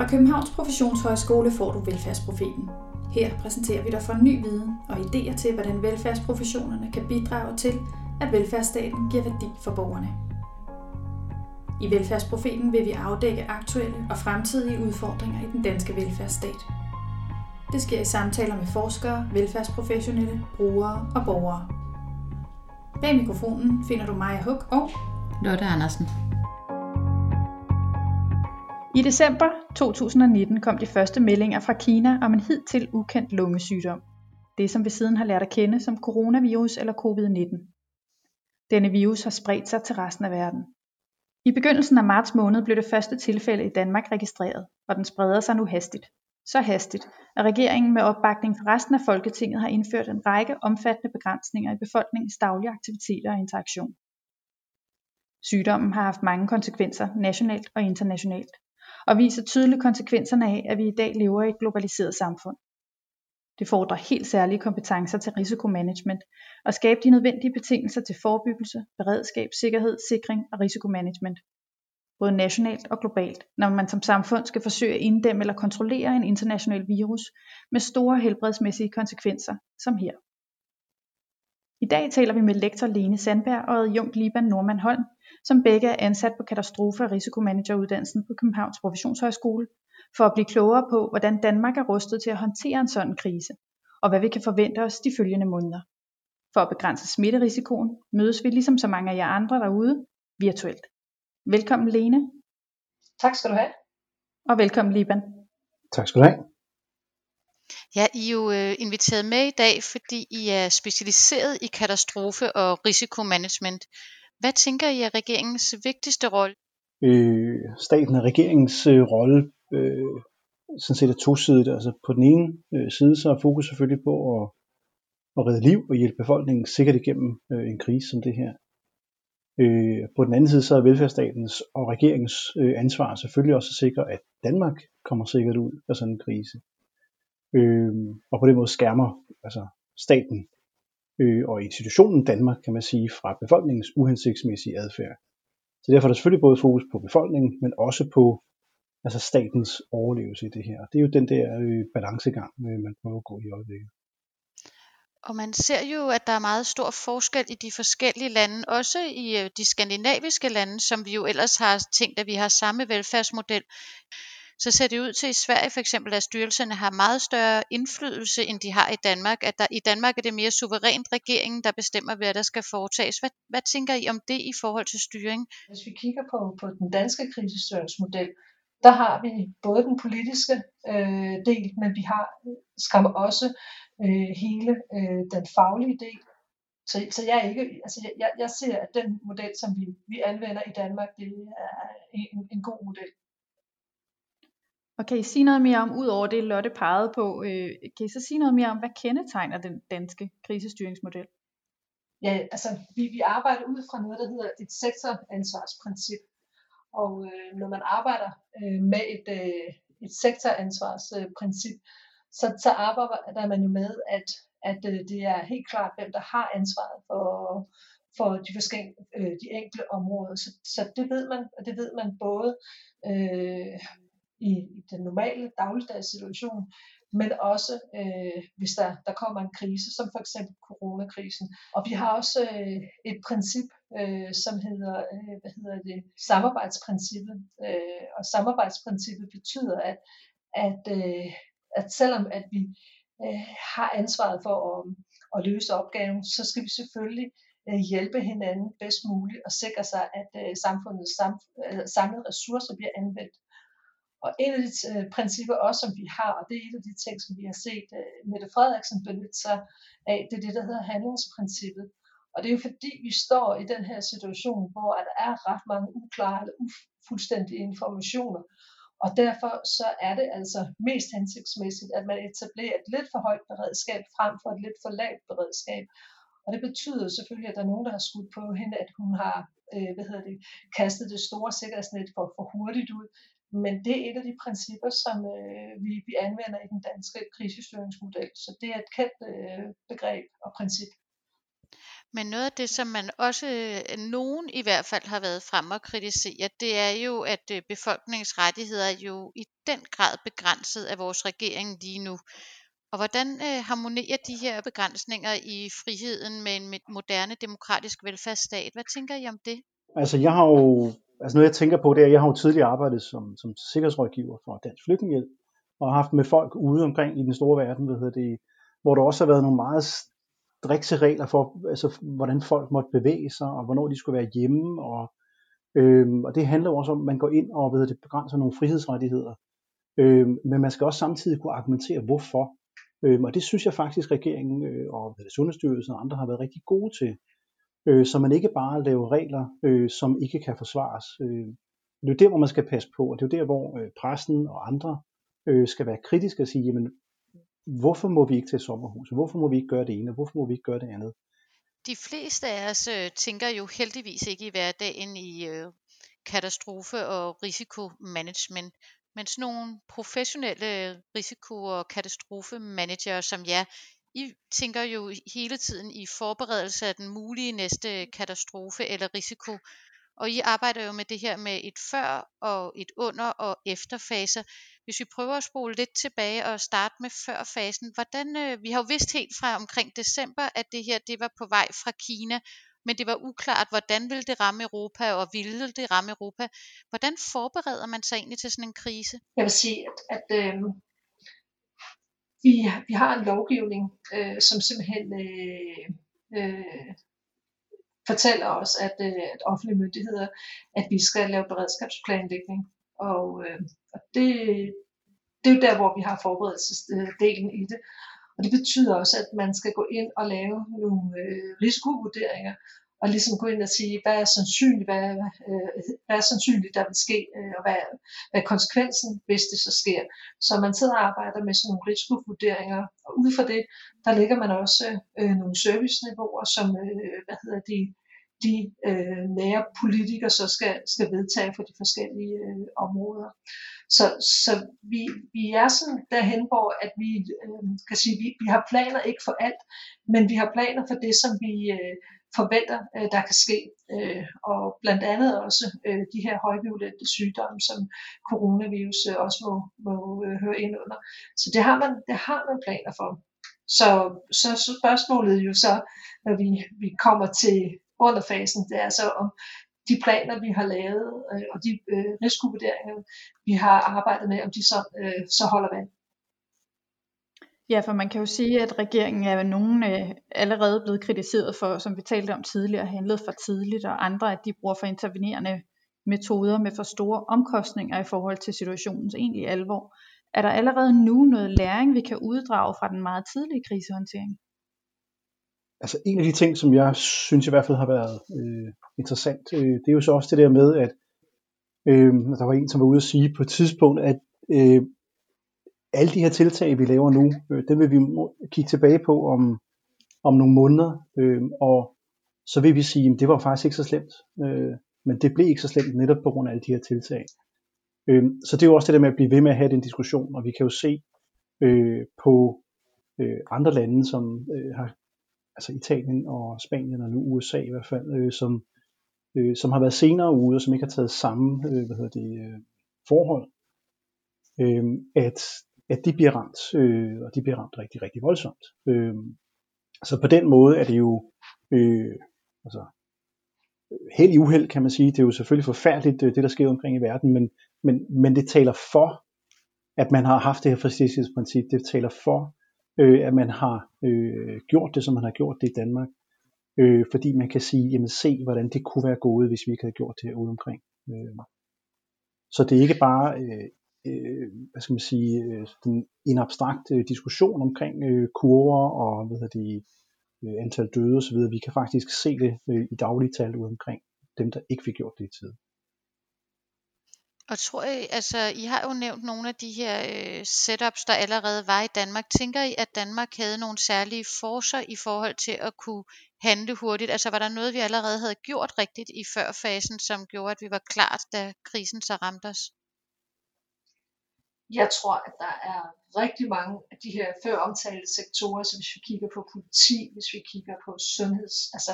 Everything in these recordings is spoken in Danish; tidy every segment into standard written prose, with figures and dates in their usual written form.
Fra Københavns Professionshøjskole får du Velfærdsprofeten. Her præsenterer vi dig for ny viden og idéer til, hvordan velfærdsprofessionerne kan bidrage til, at velfærdsstaten giver værdi for borgerne. I Velfærdsprofeten vil vi afdække aktuelle og fremtidige udfordringer i den danske velfærdsstat. Det sker i samtaler med forskere, velfærdsprofessionelle, brugere og borgere. Bag mikrofonen finder du Maja Huk og Lotte Andersen. I december 2019 kom de første meldinger fra Kina om en hidtil ukendt lungesygdom. Det som vi siden har lært at kende som coronavirus eller covid-19. Denne virus har spredt sig til resten af verden. I begyndelsen af marts måned blev det første tilfælde i Danmark registreret, og den spreder sig nu hastigt. Så hastigt, at regeringen med opbakning fra resten af Folketinget har indført en række omfattende begrænsninger i befolkningens daglige aktiviteter og interaktion. Sygdommen har haft mange konsekvenser nationalt og internationalt, og viser tydeligt konsekvenserne af, at vi i dag lever i et globaliseret samfund. Det fordrer helt særlige kompetencer til risikomanagement og skabe de nødvendige betingelser til forebyggelse, beredskab, sikkerhed, sikring og risikomanagement. Både nationalt og globalt, når man som samfund skal forsøge at inddæmme eller kontrollere en international virus med store helbredsmæssige konsekvenser, som her. I dag taler vi med lektor Lene Sandberg og adjunkt Liban Norman Holm, som begge er ansat på katastrofe- og risikomanageruddannelsen på Københavns Professionshøjskole, for at blive klogere på, hvordan Danmark er rustet til at håndtere en sådan krise, og hvad vi kan forvente os de følgende måneder. For at begrænse smitterisikoen mødes vi ligesom så mange af jer andre derude virtuelt. Velkommen Lene. Tak skal du have. Og velkommen Liban. Tak skal du have. Ja, I er jo inviteret med i dag, fordi I er specialiseret i katastrofe- og risikomanagement. Hvad tænker I er regeringens vigtigste rolle? Staten og regeringens rolle sådan set er tosidigt. Altså på den ene side så er fokus selvfølgelig på at redde liv og hjælpe befolkningen sikkert igennem en krise som det her. På den anden side så er velfærdsstatens og regeringens ansvar selvfølgelig også at sikre, at Danmark kommer sikkert ud af sådan en krise. Og på den måde skærmer altså staten og institutionen Danmark, kan man sige, fra befolkningens uhensigtsmæssige adfærd. Så derfor er der selvfølgelig både fokus på befolkningen, men også på altså statens overlevelse i det her. Det er jo den der balancegang, man prøver at gå i øjeblikket. Og man ser jo, at der er meget stor forskel i de forskellige lande, også i de skandinaviske lande, som vi jo ellers har tænkt, at vi har samme velfærdsmodel. Så ser det ud til i Sverige for eksempel, at styrelserne har meget større indflydelse, end de har i Danmark. At i Danmark er det mere suverænt regeringen, der bestemmer, hvad der skal foretages. Hvad tænker I om det i forhold til styring? Hvis vi kigger på den danske krisestyringsmodel, der har vi både den politiske del, men vi har skam også hele den faglige del. Så jeg ser, at den model, som vi anvender i Danmark, det er en god model. Og kan I sige noget mere om, ud over det Lotte pegede på, kan I så sige noget mere om, hvad kendetegner den danske krisestyringsmodel? Ja, altså vi arbejder ud fra noget, der hedder et sektoransvarsprincip. Og når man arbejder med et sektoransvarsprincip, så arbejder man jo med, at det er helt klart, hvem der har ansvaret for de forskellige de enkelte områder. Så det ved man, og det ved man både i den normale dagligdags situation, men også hvis der kommer en krise, som for eksempel coronakrisen. Og vi har også et princip, som hedder samarbejdsprincippet. Og samarbejdsprincippet betyder, at selvom at vi har ansvaret for at løse opgaven, så skal vi selvfølgelig hjælpe hinanden bedst muligt og sikre sig, at samfundets samlede ressourcer bliver anvendt. Og en af de principper også, som vi har, og det er et af de ting, som vi har set Mette Frederiksen benytte sig af, det er det, der hedder handlingsprincippet. Og det er jo fordi, vi står i den her situation, hvor der er ret mange uklare eller ufuldstændige informationer. Og derfor så er det altså mest hensigtsmæssigt, at man etablerer et lidt for højt beredskab frem for et lidt for lavt beredskab. Og det betyder selvfølgelig, at der er nogen, der har skudt på hende, at hun har kastet det store sikkerhedsnet for hurtigt ud. Men det er et af de principper, som vi anvender i den danske krisestyringsmodel. Så det er et kendt begreb og princip. Men noget af det, som man også, nogen i hvert fald har været fremme og kritisere, det er jo, at befolkningens rettigheder er jo i den grad begrænset af vores regering lige nu. Og hvordan harmonerer de her begrænsninger i friheden med en moderne demokratisk velfærdsstat? Hvad tænker I om det? Altså jeg har jo, noget jeg tænker på, det er, at jeg har jo tidligere arbejdet som sikkerhedsrådgiver for Dansk Flygtningehjælp, og har haft med folk ude omkring i den store verden, hvor der også har været nogle meget strikse regler for, altså, hvordan folk måtte bevæge sig, og hvornår de skulle være hjemme, og det handler jo også om, at man går ind og begrænser nogle frihedsrettigheder. Men man skal også samtidig kunne argumentere, hvorfor. Og det synes jeg faktisk, regeringen og Sundhedsstyrelsen og andre har været rigtig gode til. Så man ikke bare laver regler, som ikke kan forsvares. Det er jo der, hvor man skal passe på, og det er jo der, hvor pressen og andre skal være kritiske og sige, jamen, hvorfor må vi ikke til sommerhus? Hvorfor må vi ikke gøre det ene? Hvorfor må vi ikke gøre det andet? De fleste af os tænker jo heldigvis ikke i hverdagen i katastrofe- og risikomanagement, men sådan nogle professionelle risiko- og katastrofemanager som jer, I tænker jo hele tiden i forberedelse af den mulige næste katastrofe eller risiko, og I arbejder jo med det her med et før og et under og efterfaser. Hvis vi prøver at spole lidt tilbage og starte med førfasen, hvordan, vi har jo vidst helt fra omkring december, at det her det var på vej fra Kina, men det var uklart, hvordan ville det ramme Europa, og ville det ramme Europa. Hvordan forbereder man sig egentlig til sådan en krise? Jeg vil sige, at vi har en lovgivning, som simpelthen fortæller os, at offentlige myndigheder, at vi skal lave beredskabsplanlægning. Og det er jo der, hvor vi har forberedelsesdelen i det. Og det betyder også, at man skal gå ind og lave nogle risikovurderinger, og ligesom gå ind og sige, hvad er sandsynligt, hvad er sandsynligt, der vil ske, og hvad er konsekvensen, hvis det så sker. Så man sidder og arbejder med sådan nogle risikovurderinger, og ud fra det, der lægger man også nogle serviceniveauer, som de nære politikere så skal vedtage for de forskellige områder. Så vi er sådan derhen, hvor at vi kan sige, vi har planer ikke for alt, men vi har planer for det, som vi forventer, der kan ske. Og blandt andet også de her højvirulente sygdomme, som coronavirus også må høre ind under. Så det har man planer for. Så spørgsmålet jo så, når vi kommer til underfasen, det er så om de planer, vi har lavet, og de risikovurderinger, vi har arbejdet med, om de så holder vand. Ja, for man kan jo sige, at regeringen er nogen allerede blevet kritiseret for, som vi talte om tidligere, handlet for tidligt, og andre, at de bruger for intervenerende metoder med for store omkostninger i forhold til situationens egentlige alvor. Er der allerede nu noget læring, vi kan uddrage fra den meget tidlige krisehåndtering? Altså en af de ting, som jeg synes i hvert fald har været interessant, det er jo så også det der med, at der var en, som var ude at sige på et tidspunkt, at alle de her tiltag, vi laver nu, dem vil vi kigge tilbage på om nogle måneder, og så vil vi sige, at det var faktisk ikke så slemt, men det blev ikke så slemt netop på grund af alle de her tiltag. Så det er jo også det der med at blive ved med at have den diskussion, og vi kan jo se på andre lande, som har, altså Italien og Spanien og nu USA i hvert fald, som har været senere ude, og som ikke har taget samme forhold, at de bliver ramt, og de bliver ramt rigtig, rigtig voldsomt. Så på den måde er det jo held i uheld, kan man sige. Det er jo selvfølgelig forfærdeligt, det der sker omkring i verden, men det taler for, at man har haft det her forsigtighedsprincip. Det taler for, at man har gjort det, som man har gjort det i Danmark. Fordi man kan sige, jamen se, hvordan det kunne være gået, hvis vi ikke havde gjort det her ude omkring. Så det er ikke bare en abstrakt diskussion omkring kurver og antal døde osv. Vi kan faktisk se det i daglige tal ude omkring dem, der ikke fik gjort det i tide. Og tror I, altså I har jo nævnt nogle af de her setups, der allerede var i Danmark. Tænker I, at Danmark havde nogle særlige forser i forhold til at kunne handle hurtigt? Altså var der noget, vi allerede havde gjort rigtigt i førfasen, som gjorde, at vi var klart, da krisen så ramte os? Jeg tror, at der er rigtig mange af de her før omtalte sektorer, så hvis vi kigger på politi, hvis vi kigger på altså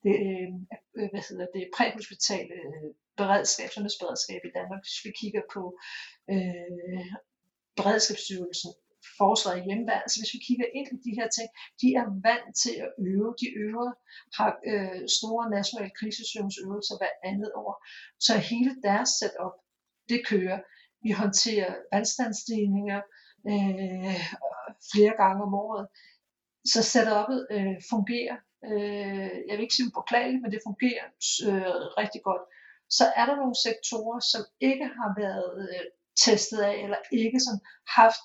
det præhospitale beredskab, sundhedsberedskab i Danmark, hvis vi kigger på Beredskabsstyrelsen, forsvaret i hjemmeværn, altså hvis vi kigger ind i de her ting, de er vant til at øve, har store nationale krisestyringsøvelser hver andet år, så hele deres setup, det kører. Vi håndterer vandstandsstigninger flere gange om året, så setup'et fungerer. Jeg vil ikke sige upåklageligt, men det fungerer rigtig godt. Så er der nogle sektorer, som ikke har været testet af, eller ikke som haft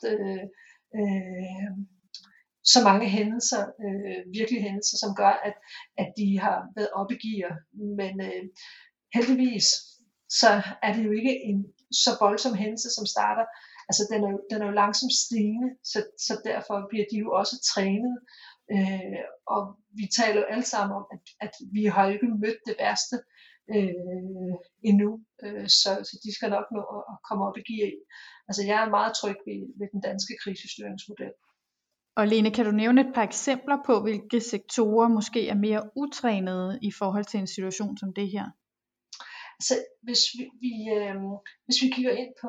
så mange hændelser, virkelige hændelser, som gør, at de har været oppe i gear. Men heldigvis, så er det jo ikke en så voldsom hændelse, som starter. Altså den er jo langsomt stigende, så derfor bliver de jo også trænet. Og vi taler jo alle sammen om, at vi har jo ikke mødt det værste endnu, så de skal nok nå at komme op i gear. Altså jeg er meget tryg ved den danske krisestyringsmodel. Og Lene, kan du nævne et par eksempler på, hvilke sektorer måske er mere utrænede i forhold til en situation som det her? Altså hvis vi kigger ind på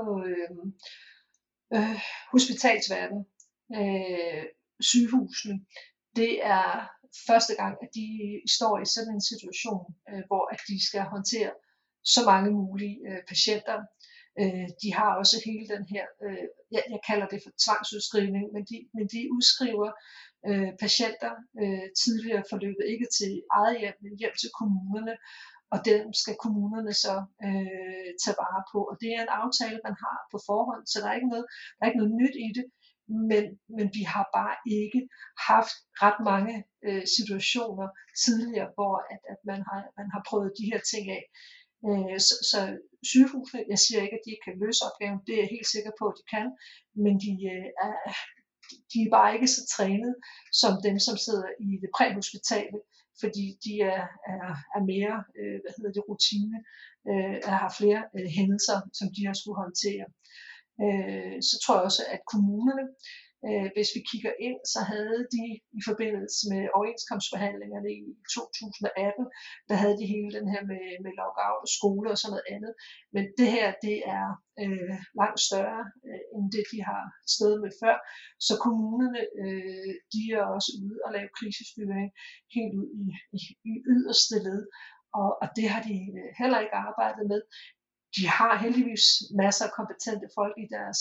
hospitalsverdenen, sygehusene, det er første gang, at de står i sådan en situation, hvor at de skal håndtere så mange mulige patienter. De har også hele den her, jeg kalder det for tvangsudskrivning, men de udskriver patienter tidligere forløbet ikke til eget hjem, men hjem til kommunerne, og dem skal kommunerne så tage vare på. Og det er en aftale, man har på forhånd, så der er ikke noget nyt i det, men vi har bare ikke haft ret mange situationer tidligere, hvor at man har prøvet de her ting af. Så sygehusene, jeg siger ikke, at de ikke kan løse opgaven, det er jeg helt sikker på, at de kan, men de er bare ikke så trænet som dem, som sidder i det præhospitale, fordi de er mere rutine, har flere hændelser, som de har skulle håndtere. Så tror jeg også, at kommunerne, hvis vi kigger ind, så havde de i forbindelse med overenskomstforhandlingerne i 2018, der havde de hele den her med lockout og skole og sådan noget andet. Men det her, det er langt større end det, de har stået med før. Så kommunerne, de er også ude og lave krisestyring helt ud i yderste led. Og det har de heller ikke arbejdet med. De har heldigvis masser af kompetente folk i deres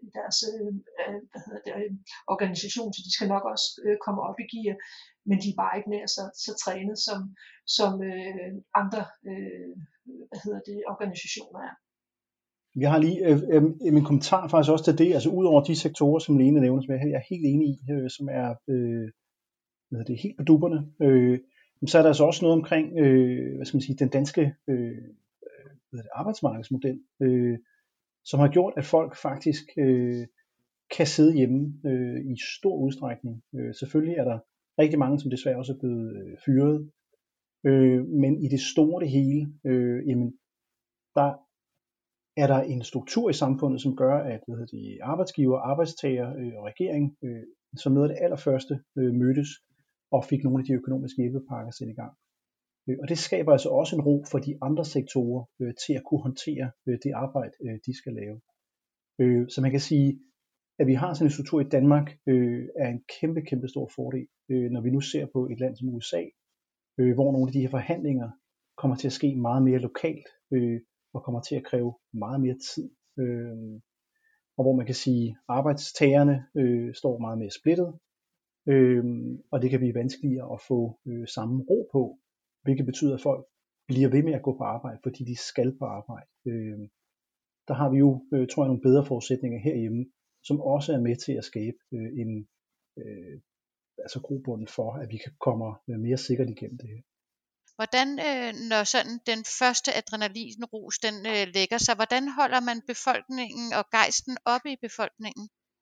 organisation, så de skal nok også komme op i gear, men de er bare ikke nær så trænet som andre organisationer er. Jeg har lige min kommentar faktisk også til det, altså ud over de sektorer, som Lene nævner, som jeg er helt enig i, som er helt på dupperne, så er der altså også noget omkring den danske arbejdsmarkedsmodel, som har gjort, at folk faktisk kan sidde hjemme i stor udstrækning. Selvfølgelig er der rigtig mange, som desværre også er blevet fyret, men i det store det hele, der er der en struktur i samfundet, som gør, at arbejdsgiver, arbejdstager og regering som noget af det allerførste mødtes og fik nogle af de økonomiske hjælpepakker sat i gang. Og det skaber altså også en ro for de andre sektorer til at kunne håndtere det arbejde, de skal lave. Så man kan sige, at vi har sådan en struktur i Danmark, er en kæmpe stor fordel, når vi nu ser på et land som USA, hvor nogle af de her forhandlinger kommer til at ske meget mere lokalt, og kommer til at kræve meget mere tid. Og hvor man kan sige, at arbejdstagerne står meget mere splittet, og det kan blive vanskeligere at få samme ro på, hvilket betyder, at folk bliver ved med at gå på arbejde, fordi de skal på arbejde. Der har vi jo, tror jeg, nogle bedre forudsætninger herhjemme, som også er med til at skabe en grobunden for, at vi kan komme mere sikkert igennem det her. Hvordan, når sådan den første adrenalinrus, den lægger sig, hvordan holder man befolkningen og gejsten oppe i befolkningen?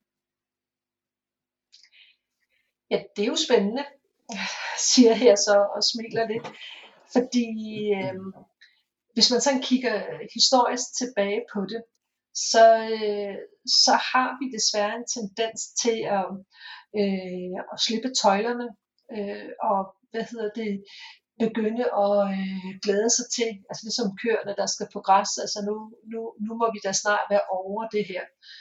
Ja, det er jo spændende, siger jeg så og smiler lidt. Fordi hvis man sådan kigger historisk tilbage på det, så har vi desværre en tendens til at slippe tøjlerne og begynde at glæde sig til, altså ligesom køerne, der skal på græs, altså nu må vi da snart være over det her.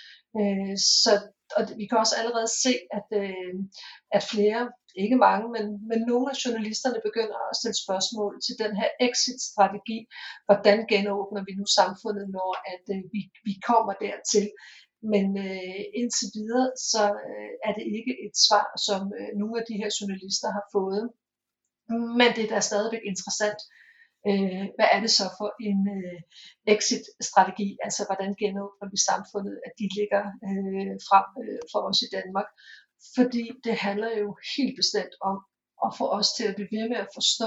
Og vi kan også allerede se, at flere, ikke mange, men nogle af journalisterne begynder at stille spørgsmål til den her exit-strategi. Hvordan genåbner vi nu samfundet, når vi kommer dertil? Men indtil videre, så er det ikke et svar, som nogle af de her journalister har fået. Men det er da stadigvæk interessant. Hvad er det så for en exit-strategi, altså hvordan genåbner vi samfundet, at de ligger frem for os i Danmark. Fordi det handler jo helt bestemt om at få os til at blive ved med at forstå,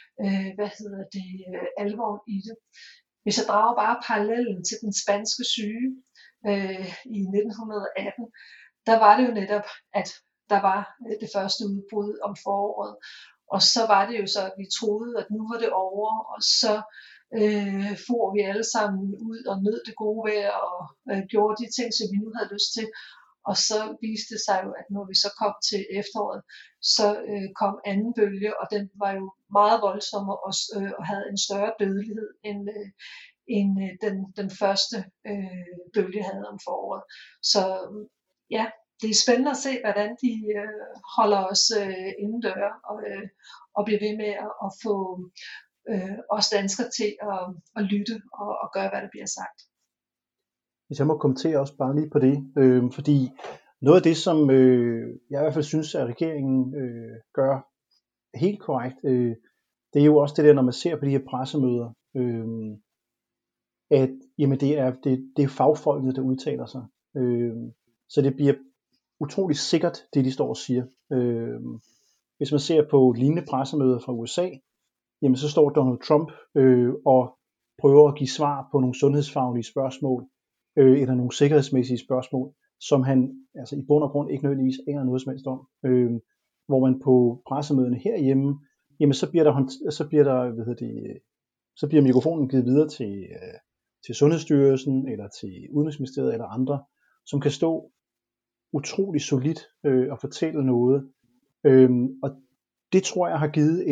alvoren i det. Hvis jeg drager bare parallellen til den spanske syge i 1918, der var det jo netop, at der var det første udbrud om foråret. Og så var det jo så, at vi troede, at nu var det over, og så for vi alle sammen ud og nød det gode vejr og gjorde de ting, som vi nu havde lyst til. Og så viste det sig jo, at når vi så kom til efteråret, så kom anden bølge, og den var jo meget voldsom og havde en større dødelighed end den første bølge havde om foråret. Så ja, det er spændende at se, hvordan de holder os indendør og bliver ved med at få os danskere til at lytte og gøre, hvad der bliver sagt. Hvis jeg må kommentere også bare lige på det, fordi noget af det, som jeg i hvert fald synes, at regeringen gør helt korrekt, det er jo også det der, når man ser på de her pressemøder, at jamen det er fagfolkene, der udtaler sig. Så det bliver utroligt sikkert, det de står og siger. Hvis man ser på lignende pressemøder fra USA, jamen så står Donald Trump og prøver at give svar på nogle sundhedsfaglige spørgsmål, eller nogle sikkerhedsmæssige spørgsmål, som han altså i bund og grund ikke nødvendigvis aner noget som helst om. Hvor man på pressemøderne herhjemme, jamen så bliver mikrofonen givet videre til Sundhedsstyrelsen eller til Udenrigsministeriet eller andre, som kan stå utrolig solidt og fortælle noget. Og det tror jeg har givet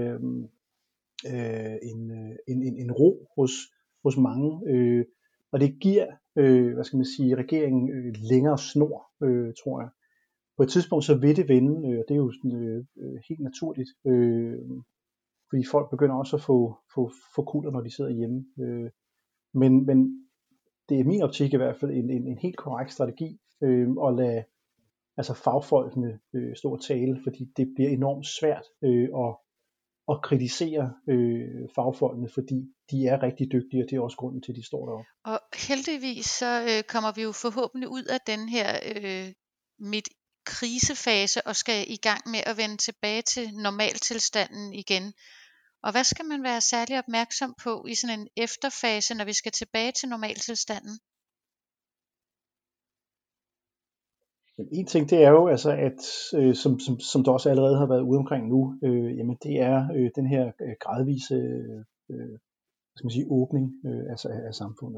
en ro hos mange, og det giver regeringen længere snor, tror jeg. På et tidspunkt så vil det vende, og det er jo sådan, helt naturligt, fordi folk begynder også at få kulder, når de sidder hjemme. Men det er min optik i hvert fald en helt korrekt strategi at lade fagfolkene stå og tale, fordi det bliver enormt svært at kritisere fagfolkene, fordi de er rigtig dygtige, og det er også grunden til, at de står deroppe. Og heldigvis så kommer vi jo forhåbentlig ud af den her krisefase og skal i gang med at vende tilbage til normaltilstanden igen. Og hvad skal man være særlig opmærksom på i sådan en efterfase, når vi skal tilbage til normaltilstanden? En ting det er jo altså, at som der også allerede har været ude omkring nu, jamen det er den her gradvise åbning af samfundet,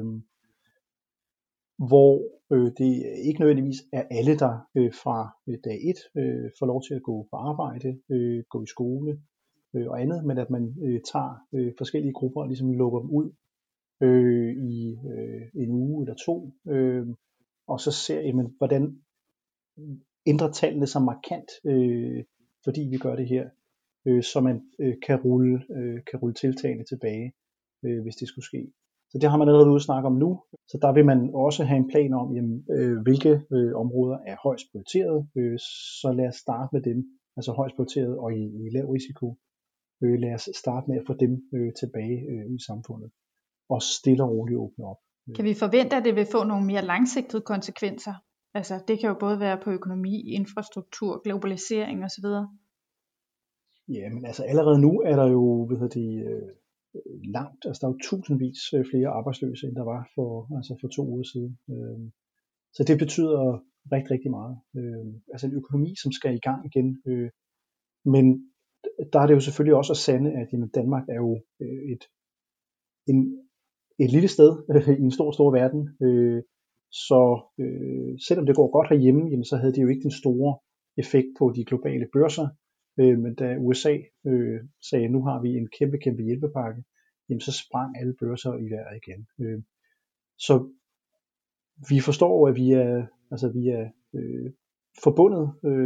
hvor det ikke nødvendigvis er alle, der fra dag 1 får lov til at gå på arbejde, gå i skole og andet, men at man tager forskellige grupper og ligesom lukker dem ud i en uge eller to, og så ser jamen, hvordan ændrer tallene sig markant, fordi vi gør det her, så man kan rulle tiltagene tilbage, hvis det skulle ske. Så det har man allerede ude at snakke om nu, så der vil man også have en plan om, jamen, hvilke områder er højst prioriteret, så lad os starte med dem, altså højst prioriteret og i lav risiko. Lad os starte med at få dem tilbage i samfundet, og stille og roligt åbne op. Kan vi forvente, at det vil få nogle mere langsigtede konsekvenser? Altså det kan jo både være på økonomi, infrastruktur, globalisering osv. Ja, men altså allerede nu er der jo langt, altså der er jo tusindvis flere arbejdsløse, end der var for 2 uger siden. Så det betyder rigtig, rigtig meget. Altså en økonomi, som skal i gang igen. Men der er det jo selvfølgelig også at sande, at jamen, Danmark er jo et lille sted i en stor verden. Så selvom det går godt herhjemme, jamen, så havde det jo ikke den store effekt på de globale børser. Men da USA sagde, nu har vi en kæmpe hjælpepakke, jamen, så sprang alle børser i vejret igen. Så vi forstår, at vi er forbundet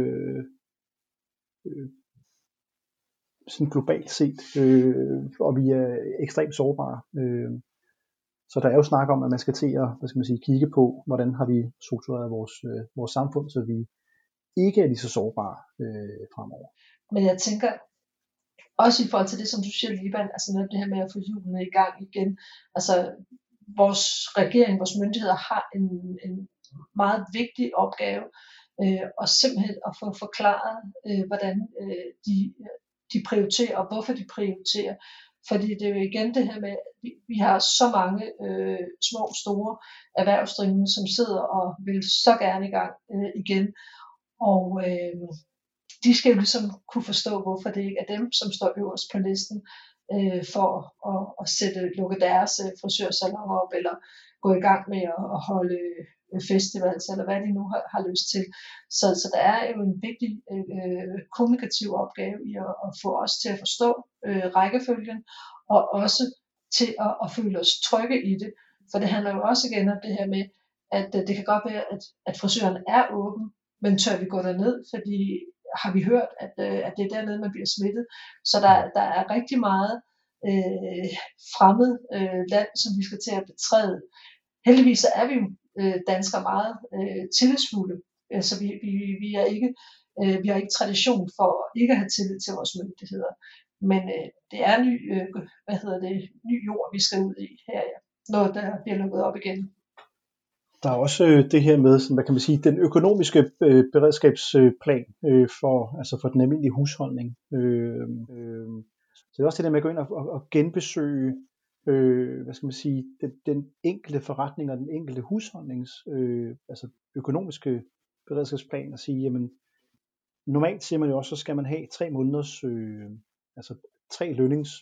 sådan globalt set, og vi er ekstremt sårbare. Så der er jo snak om, at man skal til at kigge på, hvordan har vi struktureret vores samfund, så vi ikke er lige så sårbare fremover. Men jeg tænker, også i forhold til det, som du siger, Liban, altså noget det her med at få hjulene i gang igen. Altså vores regering, vores myndigheder har en meget vigtig opgave, og simpelthen at få forklaret, hvordan de prioriterer, og hvorfor de prioriterer. Fordi det er jo igen det her med, at vi har så mange små og store erhvervsdrivende, som sidder og vil så gerne i gang igen. Og de skal jo ligesom kunne forstå, hvorfor det ikke er dem, som står øverst på listen for at lukke deres frisørsaloner op, eller gå i gang med at holde festivals, eller hvad de nu har lyst til. Så der er jo en vigtig kommunikativ opgave i at få os til at forstå rækkefølgen, og også til at føle os trygge i det. For det handler jo også igen om det her med, at det kan godt være, at frisøren er åben, men tør vi gå derned, fordi har vi hørt, at det er dernede, man bliver smittet. Så der er rigtig meget fremmed land, som vi skal til at betræde. Heldigvis så er vi jo danskere meget tillidsfulde, så vi har ikke tradition for ikke at have tillid til vores myndigheder. Men det er ny jord, vi skal ud i her, når der bliver lukket op igen. Der er også det her med, hvad kan man sige, den økonomiske beredskabsplan for den almindelige husholdning. Så det er også det der med at gå ind og genbesøge, den enkelte forretning og den enkelte husholdnings økonomiske beredskabsplan og sige, jamen normalt siger man jo også, så skal man have 3 måneders, 3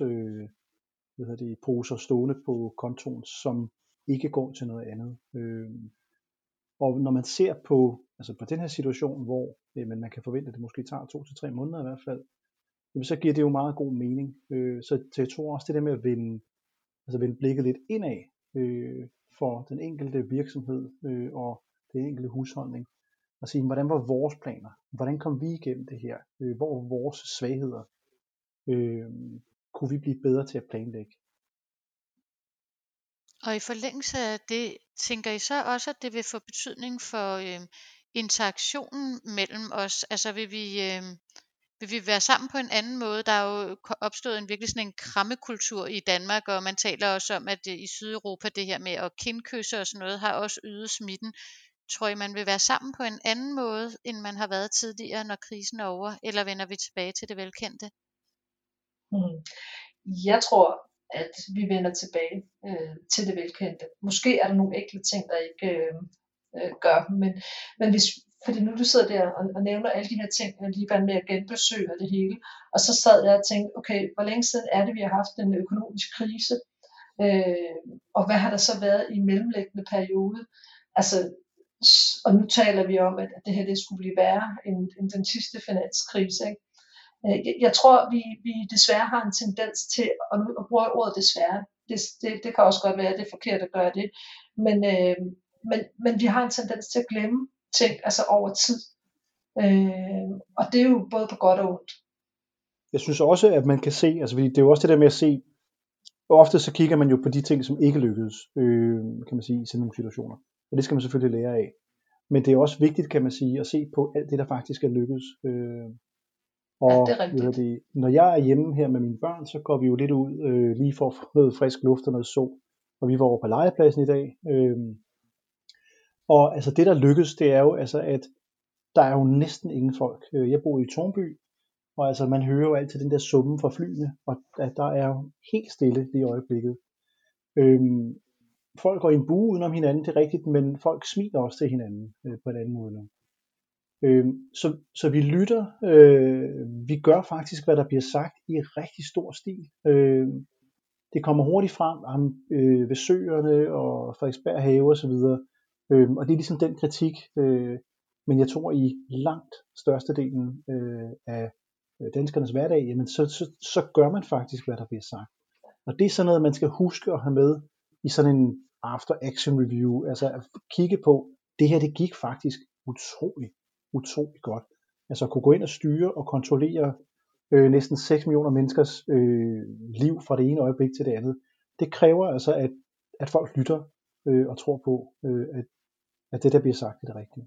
poser stående på kontoen, som ikke går til noget andet. Og når man ser på den her situation, hvor man kan forvente, at det måske tager 2 til 3 måneder i hvert fald, så giver det jo meget god mening. Så jeg tror også det der med at vende blikket lidt indad for den enkelte virksomhed og den enkelte husholdning, og sige, hvordan var vores planer? Hvordan kom vi igennem det her? Hvor var vores svagheder? Kunne vi blive bedre til at planlægge? Og i forlængelse af det, tænker I så også, at det vil få betydning for interaktionen mellem os? Altså vil vi være sammen på en anden måde? Der er jo opstået en virkelig sådan en krammekultur i Danmark, og man taler også om, at i Sydeuropa det her med at kindkysse og sådan noget har også øget smitten. Tror I, man vil være sammen på en anden måde, end man har været tidligere, når krisen er over? Eller vender vi tilbage til det velkendte? Jeg tror, at vi vender tilbage til det velkendte. Måske er der nogle enkelte ting, der ikke gør dem, men fordi nu du sidder der og nævner alle de her ting, lige med at genbesøge det hele, og så sad jeg og tænkte, okay, hvor længe siden er det, vi har haft en økonomisk krise, og hvad har der så været i mellemliggende periode? Altså, og nu taler vi om, at det her det skulle blive værre end den sidste finanskrise, ikke? Jeg tror, vi desværre har en tendens til, og nu bruger jeg ordet desværre, det kan også godt være, at det er forkert at gøre det, men vi har en tendens til at glemme ting, altså over tid. Og det er jo både på godt og ondt. Jeg synes også, at man kan se, fordi det er jo også det der med at se, og ofte så kigger man jo på de ting, som ikke lykkedes, kan man sige, i sådan nogle situationer. Og det skal man selvfølgelig lære af. Men det er også vigtigt, kan man sige, at se på alt det, der faktisk er lykkedes. Og når jeg er hjemme her med mine børn, så går vi jo lidt ud lige for at få noget frisk luft og noget sol. Og vi var over på legepladsen i dag. Og det der lykkes, det er jo at der er jo næsten ingen folk. Jeg bor i Tårnby, og man hører jo altid den der summen fra flyene, og at der er jo helt stille lige i øjeblikket. Folk går i en bue udenom hinanden, det er rigtigt, men folk smiler også til hinanden på en anden måde nu. Så vi lytter, vi gør faktisk, hvad der bliver sagt i rigtig stor stil. det kommer hurtigt frem ved søerne og Frederiksberg Have og så videre. Og det er ligesom den kritik, men jeg tror i langt størstedelen af danskernes hverdag, jamen så gør man faktisk, hvad der bliver sagt. Og det er sådan noget, man skal huske at have med i sådan en after action review, altså at kigge på, det her det gik faktisk utrolig godt. Altså at kunne gå ind og styre og kontrollere næsten 6 millioner menneskers liv fra det ene øjeblik til det andet. Det kræver altså, at folk lytter og tror på, at det der bliver sagt er det rigtige.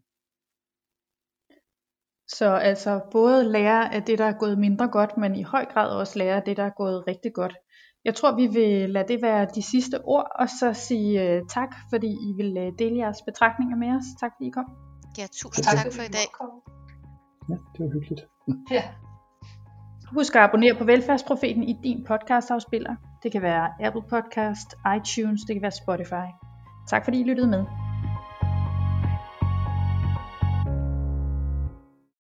Så altså både lære af det, der er gået mindre godt, men i høj grad også lære af det, der er gået rigtig godt. Jeg tror, vi vil lade det være de sidste ord, og så sige tak, fordi I vil dele jeres betragtninger med os. Tak fordi I kom. Ja, tusind tak for i dag. Ja, det var hyggeligt. Ja. Husk at abonnere på Velfærdsprofeten i din podcastafspiller. Det kan være Apple Podcast, iTunes, det kan være Spotify. Tak fordi I lyttede med.